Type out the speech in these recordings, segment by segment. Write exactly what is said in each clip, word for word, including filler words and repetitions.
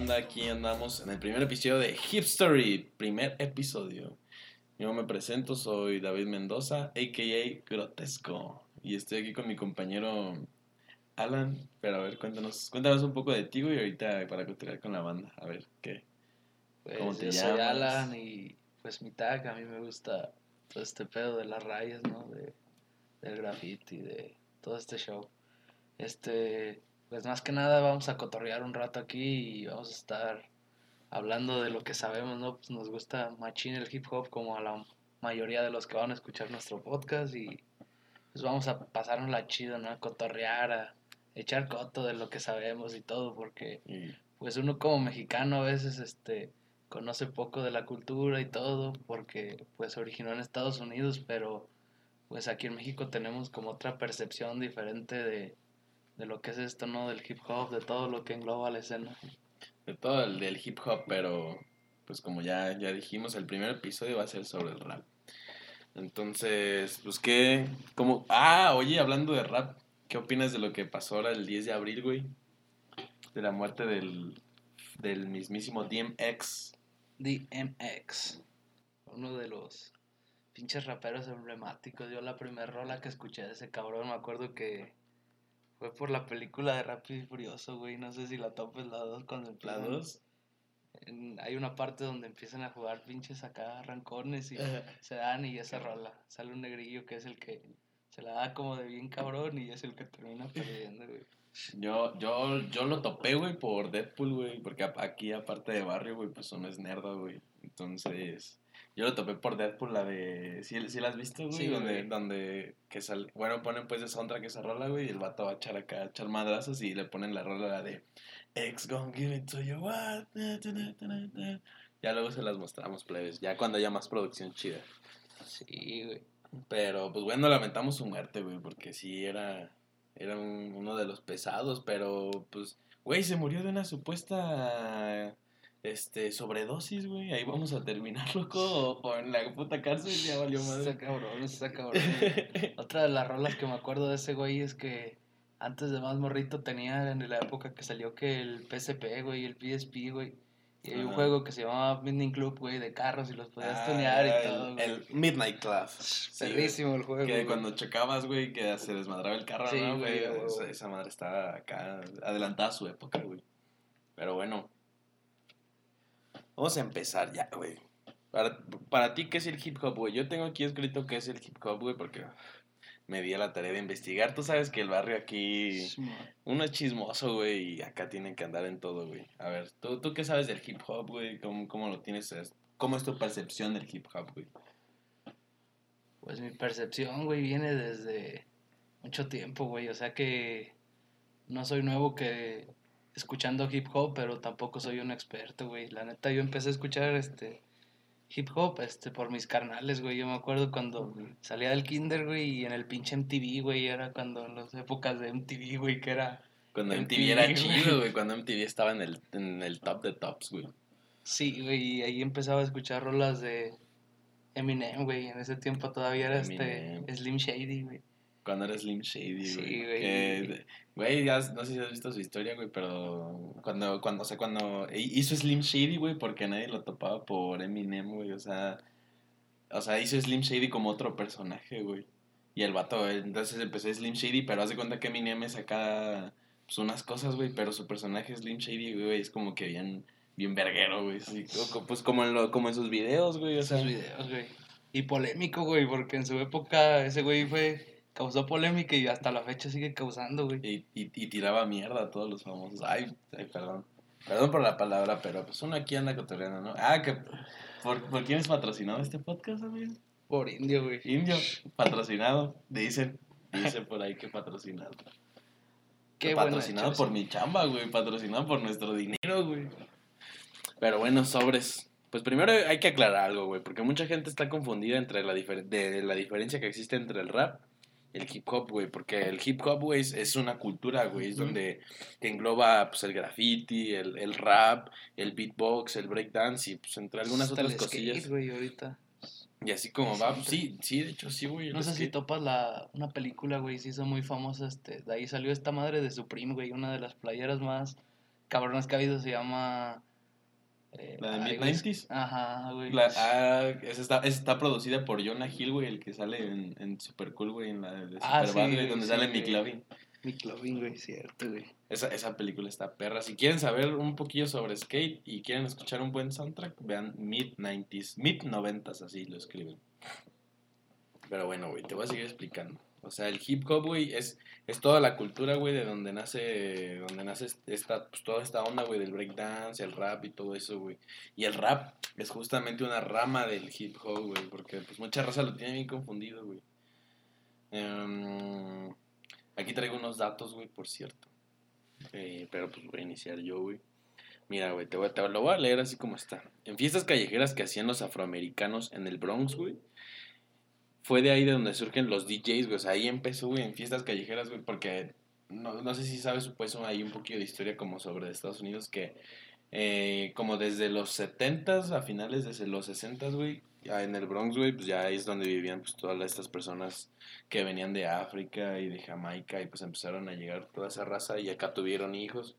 banda? Aquí andamos en el primer episodio de Hipstory. Primer episodio. Yo me presento, soy David Mendoza, a k a. Grotesco. Y estoy aquí con mi compañero Alan. Pero a ver, cuéntanos, cuéntanos un poco de ti, güey, ahorita para continuar con la banda. A ver, ¿qué? ¿Cómo Pues te yo llamas? soy Alan y pues mi tag, a mí me gusta todo este pedo de las rayas, ¿no? De, del graffiti, de todo este show. Este, pues más que nada vamos a cotorrear un rato aquí y vamos a estar hablando de lo que sabemos, ¿no? Pues nos gusta machín el hip hop como a la mayoría de los que van a escuchar nuestro podcast y pues vamos a pasarnos la chido, ¿no? A cotorrear, a echar coto de lo que sabemos y todo, porque Y, pues uno como mexicano a veces este conoce poco de la cultura y todo porque pues originó en Estados Unidos, pero pues aquí en México tenemos como otra percepción diferente de, de lo que es esto, ¿no? Del hip hop, de todo lo que engloba la escena. de todo el del hip hop, pero pues como ya, ya dijimos, el primer episodio va a ser sobre el rap. Entonces, pues qué, como, ah, oye, hablando de rap, ¿qué opinas de lo que pasó ahora el diez de abril, güey? De la muerte del, del mismísimo D M X. D M X, uno de los pinches raperos emblemáticos. Yo la primera rola que escuché de ese cabrón, me acuerdo que fue por la película de Rápido y Furioso, güey. No sé si la topes la dos cuando ¿La empiezan. dos? En- hay una parte donde empiezan a jugar pinches acá rancones y se dan y esa rola. Sale un negrillo que es el que se la da como de bien cabrón y es el que termina perdiendo, güey. Yo, yo, yo lo topé, güey, por Deadpool, güey, porque a- aquí, aparte de barrio, güey, pues uno es nerdo, güey. Entonces, yo lo topé por Deadpool, la de... ¿Sí, sí la has visto, güey? Sí, Donde, güey. donde, que sale... Bueno, ponen pues de soundtrack esa rola, güey, y el vato va a echar acá, a echar madrazos y le ponen la rola, la de... X gon' give it to you, what? Ya luego se las mostramos, plebes, ya cuando haya más producción chida. Sí, güey. Pero, pues bueno, lamentamos su muerte, güey, porque sí era, era un- uno de los pesados, pero, pues, güey, se murió de una supuesta, este, sobredosis, güey. Ahí vamos a terminar, loco, o en la puta cárcel, ya valió Está madre. cabrón, está cabrón, güey. Otra de las rolas que me acuerdo de ese güey es que antes de más morrito tenía en la época que salió que el P S P, güey, el P S P, güey. Y hay un Ajá. juego que se llamaba Midnight Club, güey, de carros y los podías Ah, tunear y era todo, el, güey. el Midnight Club. Sí, güey. Perrísimo el juego, Que güey. cuando chocabas, güey, que se desmadraba el carro, Sí, ¿no, güey? güey, a huevo, Esa, güey. esa madre estaba acá, adelantada a su época, güey. Pero bueno, vamos a empezar ya, güey. Para, para ti, ¿qué es el hip hop, güey? Yo tengo aquí escrito qué es el hip hop, güey, porque me di a la tarea de investigar. Tú sabes que el barrio aquí, Simón. uno es chismoso, güey, y acá tienen que andar en todo, güey. A ver, ¿tú, tú qué sabes del hip hop, güey? ¿Cómo, cómo lo tienes? Es- ¿Cómo es tu percepción del hip hop, güey? Pues mi percepción, güey, viene desde mucho tiempo, güey. O sea que no soy nuevo que escuchando hip hop, pero tampoco soy un experto, güey. La neta, yo empecé a escuchar este hip hop este por mis carnales, güey. Yo me acuerdo cuando salía del kinder, güey, y en el pinche M T V, güey, era cuando en las épocas de M T V, güey, que era Cuando M T V era M T V, chido, güey. güey. Cuando M T V estaba en el, en el top de tops, güey. Sí, güey, y ahí empezaba a escuchar rolas de Eminem, güey. En ese tiempo todavía era este Eminem. Slim Shady, güey. Cuando era Slim Shady, güey. Sí, güey. Que, güey, ya no sé si has visto su historia, güey, pero cuando, cuando, o sea, cuando hizo Slim Shady, güey, porque nadie lo topaba por Eminem, güey, o sea, o sea, hizo Slim Shady como otro personaje, güey. Y el vato, entonces empezó Slim Shady, pero haz de cuenta que Eminem es acá, pues unas cosas, güey, pero su personaje Slim Shady, güey, es como que bien, bien verguero, güey, así, co- pues como en, lo, como en sus videos, güey, o sea. Esos videos, güey. Y polémico, güey, porque en su época ese güey fue, causó polémica y hasta la fecha sigue causando, güey. Y, y, y tiraba mierda a todos los famosos. Ay, ay, perdón. Perdón por la palabra, pero pues uno aquí anda cotorreando, ¿no? Ah, que ¿por, ¿por quién es patrocinado este podcast, amigo? Por indio, güey. Indio, patrocinado. Dicen, dicen por ahí que patrocinado. Qué bueno Patrocinado hecho, por sí. mi chamba, güey. Patrocinado por nuestro dinero, güey. Pero bueno, sobres. Pues primero hay que aclarar algo, güey, porque mucha gente está confundida entre la, difer- de la diferencia que existe entre el rap y el hip hop, güey, porque el hip hop, güey, es, es una cultura, güey, es Ujú. donde que engloba, pues, el graffiti, el, el rap, el beatbox, el breakdance y, pues, entre algunas Hasta otras el skate, cosillas. güey, ahorita. Y así como va, pues, Siempre. sí, sí, de hecho, sí, güey, el No sé si skate. topas la, una película, güey, se hizo muy famosa, este, de ahí salió esta madre de Supreme, güey, una de las playeras más cabrones que ha habido se llama... Eh, La de ay, mid güey, nineties. Ajá, güey. La, ah, esa está, esa está producida por Jonah Hill, güey, el que sale en, en Super Cool, güey, en la de Ah, Superbad, sí, güey, güey, donde sí, sale güey. McLovin. McLovin, güey, cierto, güey. Esa, esa película está perra. Si quieren saber un poquillo sobre skate y quieren escuchar un buen soundtrack, vean mid nineties, mid noventas, así lo escriben. Pero bueno, güey, te voy a seguir explicando. O sea, el hip hop, güey, es, es toda la cultura, güey, de donde nace, donde nace esta, pues, toda esta onda, güey, del breakdance, el rap y todo eso, güey. Y el rap es justamente una rama del hip hop, güey, porque pues mucha raza lo tiene bien confundido, güey. Um, aquí traigo unos datos, güey, por cierto. Eh, pero pues voy a iniciar yo, güey. Mira, güey, te, voy, te lo voy a leer así como está. En fiestas callejeras que hacían los afroamericanos en el Bronx, güey, fue de ahí de donde surgen los D Js, güey. O sea, ahí empezó, güey, en fiestas callejeras, güey, porque no, no sé si sabes, pues hay un poquito de historia como sobre Estados Unidos que eh, como desde los setentas a finales de los sesentas, güey, ya en el Bronx, güey, pues ya ahí es donde vivían pues todas estas personas que venían de África y de Jamaica y pues empezaron a llegar toda esa raza y acá tuvieron hijos.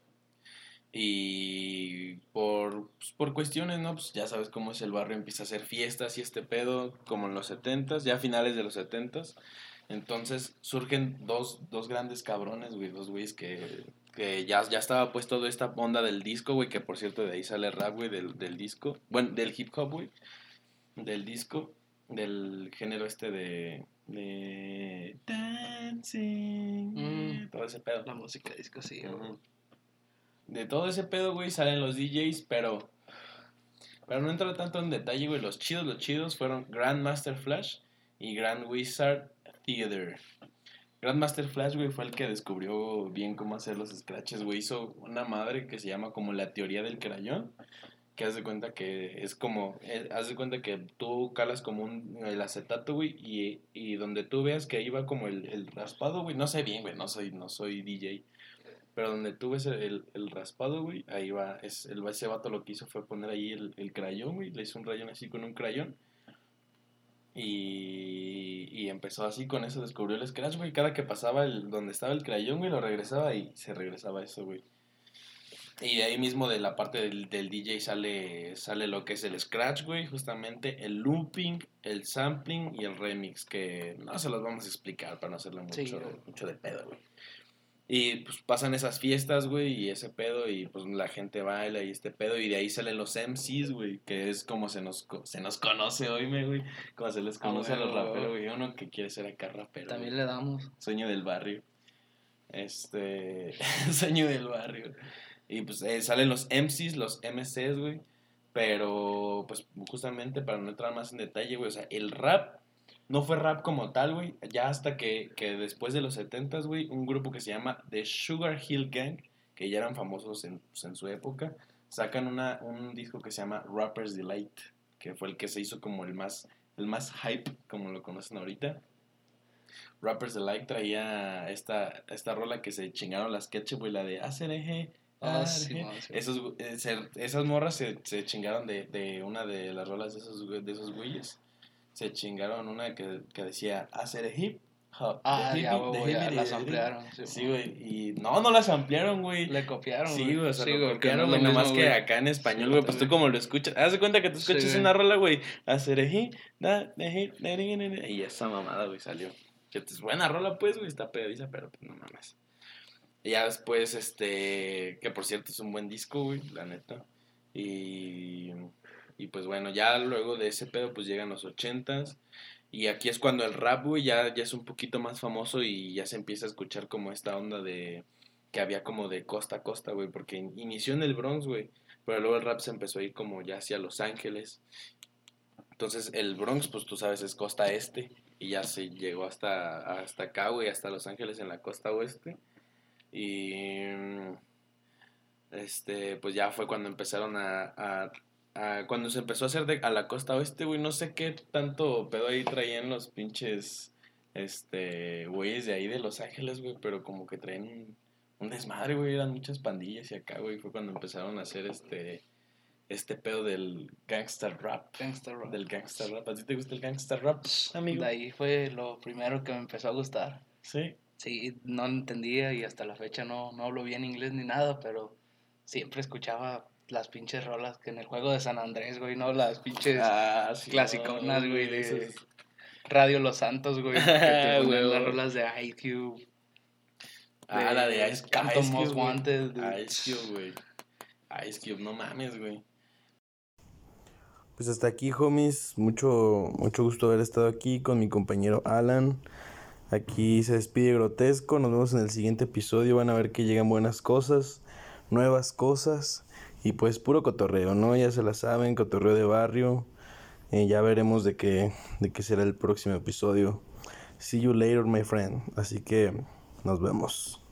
Y por, pues, por cuestiones, ¿no? Pues ya sabes cómo es el barrio, empieza a hacer fiestas y este pedo, como en los setentas, ya a finales de los setentas. Entonces surgen dos, dos grandes cabrones, güey, dos güeyes que, que ya, ya estaba pues toda esta onda del disco, güey, que por cierto de ahí sale el rap, güey, del, del disco. Bueno, del hip hop, güey, del disco, del género este de... de... Dancing, Mm, todo ese pedo. la música de disco, sí, güey. Ujú. De todo ese pedo, güey, salen los D Js, pero... Pero no entro tanto en detalle, güey. Los chidos, los chidos fueron Grandmaster Flash y Grand Wizard Theater. Grandmaster Flash, güey, fue el que descubrió bien cómo hacer los scratches, güey. Hizo una madre que se llama como la teoría del crayón. Que haz de cuenta que es como... eh, haz de cuenta que tú calas como un, el acetato, güey. Y, y donde tú veas que ahí va como el, el raspado, güey. No sé bien, güey. No soy, no soy D J. Pero donde tú ves el, el, el raspado, güey, ahí va. Es, el, ese vato lo que hizo fue poner ahí el, el crayón, güey. Le hizo un rayón así con un crayón. Y, y empezó así con eso, descubrió el scratch, güey. Cada que pasaba el, donde estaba el crayón, güey, lo regresaba y se regresaba eso, güey. Y de ahí mismo de la parte del, del D J sale, sale lo que es el scratch, güey, justamente el looping, el sampling y el remix, que no se los vamos a explicar para no hacerle mucho, Sí. mucho de pedo, güey. Y pues pasan esas fiestas, güey, y ese pedo, y pues la gente baila y este pedo, y de ahí salen los M Cs, güey, que es como se nos, co- se nos conoce hoy, me, güey, como se les Ah, conoce a los huevo. raperos, güey, uno que quiere ser acá rapero, También güey. le damos. Sueño del barrio, este, sueño del barrio, y pues eh, salen los M Cs, los M Cs, güey, pero pues justamente para no entrar más en detalle, güey, o sea, el rap no fue rap como tal, güey. Ya hasta que, que después de los setentas, güey, un grupo que se llama The Sugar Hill Gang, que ya eran famosos en, pues, en su época, sacan una, un disco que se llama Rapper's Delight, que fue el que se hizo como el más, el más hype, como lo conocen ahorita. Rapper's Delight traía esta, esta rola que se chingaron las Ketchup, güey, la de A C R G. Ah, sí, man, sí. Esos, eh, se- esas morras se, se chingaron de, de una de las rolas de esos, güey- de esos güeyes. Se chingaron una que, que decía hacer hip hop. Ah, the ya, hippie, the güey, ya hippie, las the- ampliaron. Sí, Sí, man. güey. Y no, no las ampliaron, güey. Le copiaron, Sí, güey. güey, o sea, Sí, lo güey, porque no copiaron, es güey. lo Nomás mismo, que güey. acá en español, Sí, güey, pues tú también. como lo escuchas. Haz de cuenta que tú Sí, escuchas güey. una rola, güey. Hacer hip, da, the hip, da, da, da, da, y esa mamada, güey, salió. Que es buena rola, pues, güey. Está pegadiza, pero pues no mames. Y ya después, este. Que por cierto es un buen disco, güey, la neta. Y. Y pues bueno, ya luego de ese pedo, pues llegan los ochentas. Y aquí es cuando el rap, güey, ya, ya es un poquito más famoso y ya se empieza a escuchar como esta onda de que había como de costa a costa, güey, porque in- inició en el Bronx, güey, pero luego el rap se empezó a ir como ya hacia Los Ángeles. Entonces el Bronx, pues tú sabes, es costa este y ya se llegó hasta, hasta acá, güey, hasta Los Ángeles en la costa oeste. Y mm, este, pues ya fue cuando empezaron a, a- a- cuando se empezó a hacer de, a la costa oeste, güey, no sé qué tanto pedo ahí traían los pinches, este, güeyes de ahí de Los Ángeles, güey, pero como que traían un, un desmadre, güey, eran muchas pandillas y acá, güey, fue cuando empezaron a hacer este, este pedo del gangster rap, Gangsta rap. del gangster rap. ¿A ti te gusta el gangster rap, amigo? De ahí fue lo primero que me empezó a gustar. Sí. Sí, no entendía y hasta la fecha no, no hablo bien inglés ni nada, pero siempre escuchaba las pinches rolas que en el juego de San Andrés, güey, ¿no? Las pinches Ah, sí, clasiconas, no, güey, güey, eso de es- Radio Los Santos, güey, que te ponían las Güey. rolas de iCube, Ah, la de Ice, Canto Ice Most Cube, güey. Wanted, dude. Ice Cube, güey. Ice Cube, no mames, güey. Pues hasta aquí, homies. Mucho, mucho gusto haber estado aquí con mi compañero Alan. Aquí se despide Grotesco. Nos vemos en el siguiente episodio. Van a ver que llegan buenas cosas, nuevas cosas. Y pues puro cotorreo, ¿no? Ya se la saben, cotorreo de barrio. Eh, ya veremos de qué, de qué será el próximo episodio. See you later, my friend. Así que nos vemos.